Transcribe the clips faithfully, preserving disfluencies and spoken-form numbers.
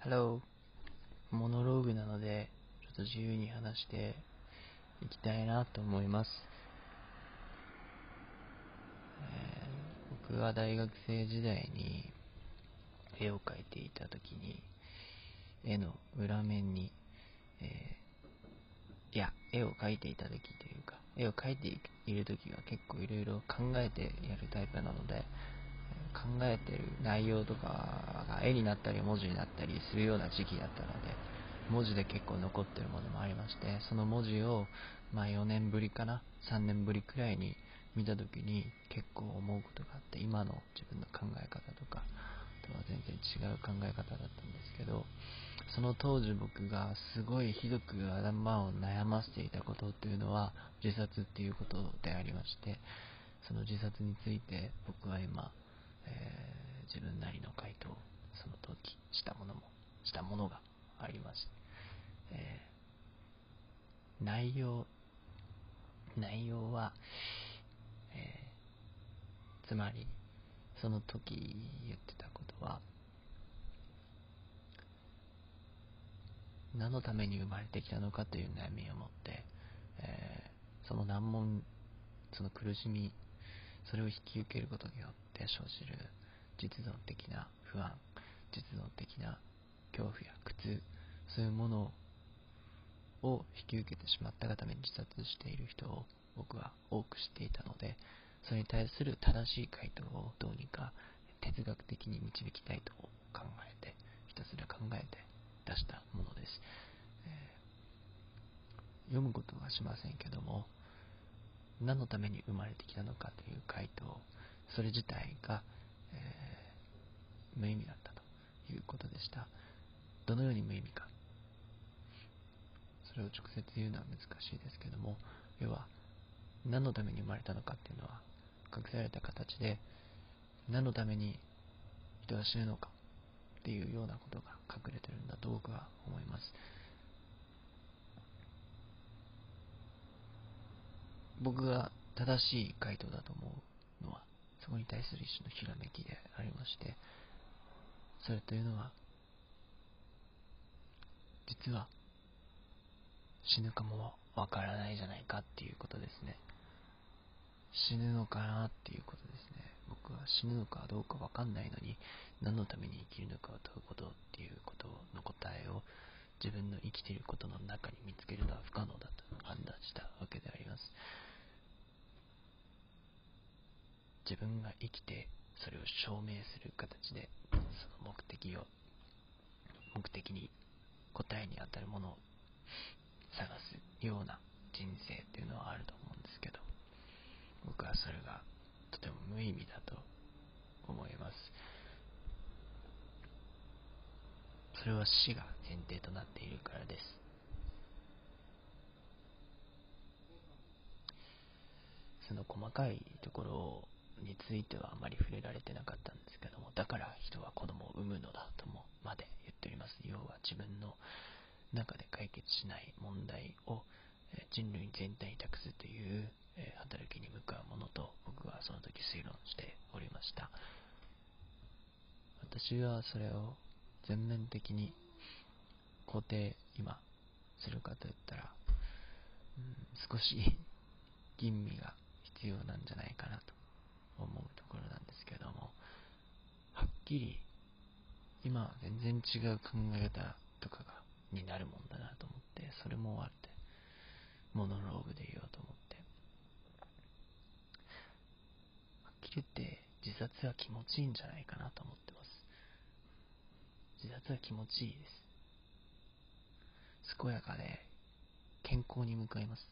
Hello。モノローグなので、ちょっと自由に話していきたいなと思います。えー僕は大学生時代に絵を描いていたときに、絵の裏面に、えーいや、絵を描いていたときというか、絵を描いているときは結構いろいろ考えてやるタイプなので、考えてる内容とかが絵になったり文字になったりするような時期だったので、文字で結構残ってるものもありまして、その文字をまあよねんぶりかなさんねんぶりくらいに見たときに結構思うことがあって、今の自分の考え方とかとは全然違う考え方だったんですけど、その当時僕がすごいひどく頭を悩ませていたことっていうのは自殺っていうことでありまして、その自殺について僕は今、えー自分なりの回答をその時したものもしたものがあります。えー内容内容は、えーつまりその時言ってたことは、何のために生まれてきたのかという悩みを持って、えーその難問、その苦しみ、それを引き受けることによって生じる実存的な不安、実存的な恐怖や苦痛、そういうものを引き受けてしまったがために自殺している人を僕は多く知っていたので、それに対する正しい回答をどうにか哲学的に導きたいと考えて、ひたすら考えて出したものです。えー読むことはしませんけども、何のために生まれてきたのかという回答、それ自体が、えー無意味だったということでした。どのように無意味か、それを直接言うのは難しいですけども、要は何のために生まれたのかっていうのは隠された形で、何のために人は死ぬのかっていうようなことが隠れてるんだと僕は思います。僕が正しい回答だと思うのは、そこに対する一種のひらめきでありまして、それというのは実は死ぬかもわからないじゃないかっていうことですね。死ぬのかなっていうことですね。僕は死ぬのかどうかわかんないのに、何のために生きるのかを問うことっていうことの答えを自分の生きていることの中に見つけるのは不可能だと判断したわけであります。自分が生きてそれを証明する形で、その目的を目的に答えに当たるものを探すような人生っていうのはあると思うんですけど、僕はそれがとても無意味だと思います。それは死が前提となっているからです。その細かいところについてはあまり触れられてなかったんですけども、だから人は子供を産むのだともまで言っております。要は自分の中で解決しない問題を人類全体に託すという働きに向かうものと僕はその時推論しておりました。私はそれを全面的に肯定今するかといったら、うん、少し吟味が必要なんじゃないかなと思うところなんですけども、はっきり今は全然違う考え方とかがになるもんだなと思って、それもあってモノローグで言おうと思って、はっきり言って自殺は気持ちいいんじゃないかなと思ってます。自殺は気持ちいいです。健やかで健康に向かいます。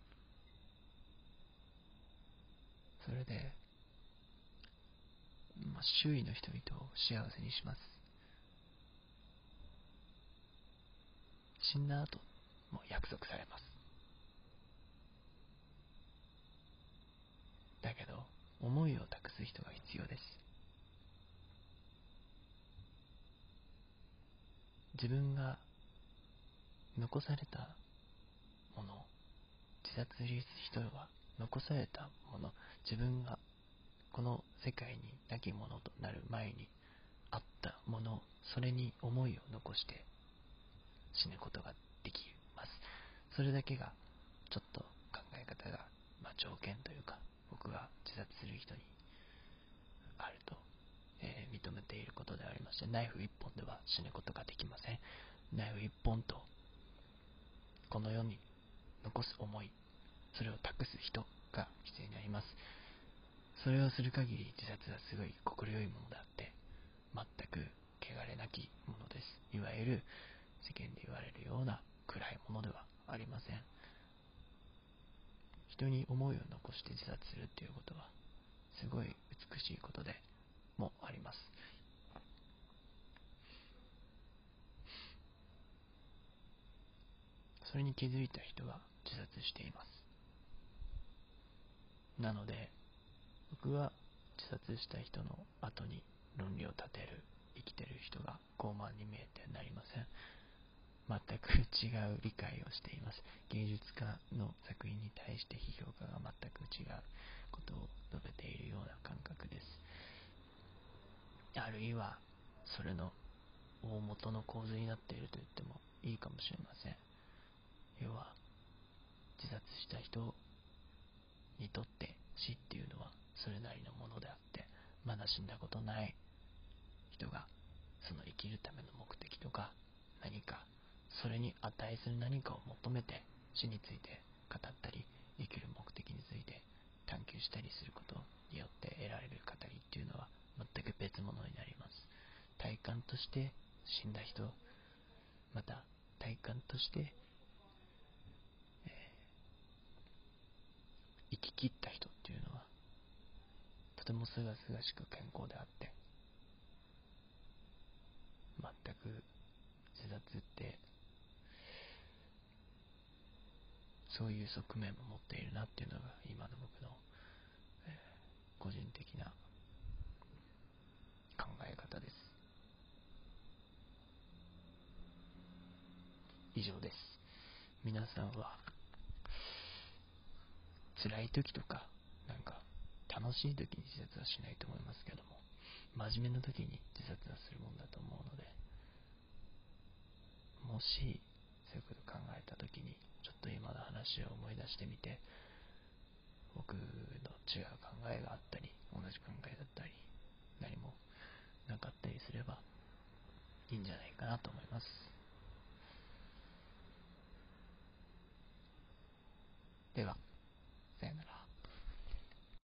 それで、まあ、周囲の人々を幸せにします。死んだ後も約束されます。だけど思いを託す人が必要です。自分が残されたもの、自殺する人は残されたもの、自分がこの世界になきものとなる前にあったもの、それに思いを残して死ぬことができます。それだけがちょっと考え方が、まあ、条件というか、僕が自殺する人にあると、えー認めていることでありまして、ナイフ一本では死ぬことができません。ナイフ一本とこの世に残す思い、それを託す人が必要になります。それをする限り自殺はすごい心よいものであって、全く汚れなきものです。いわゆる世間で言われるような暗いものではありません。人に思いを残して自殺するっていうことはすごい美しいことでもあります。それに気づいた人は自殺しています。なので僕は自殺した人の後に論理を立てる生きてる人が傲慢に見えてなりません。全く違う理解をしています。芸術家の作品に対して批評家が全く違うことを述べているような感覚です。あるいはそれの大元の構図になっていると言ってもいいかもしれません。要は自殺した人にとって死っていうのはそれなりのものであって、まだ死んだことない人がその生きるための目的とか何かそれに値する何かを求めて死について語ったり、生きる目的について探求したりすることによって得られる語りっていうのは全く別物になります。体感として死んだ人、また体感として、えー生き切った人っていうのはとてもすがすがしく健康であって、全く自殺ってそういう側面も持っているなっていうのが今の僕の、えー個人的な考え方です。以上です。皆さんは辛い時とかなんか楽しい時に自殺はしないと思いますけども、真面目な時に自殺はするもんだと思うので、もしそういうこと考えた時にちょっと今の話を思い出してみて、僕の違う考えがあったり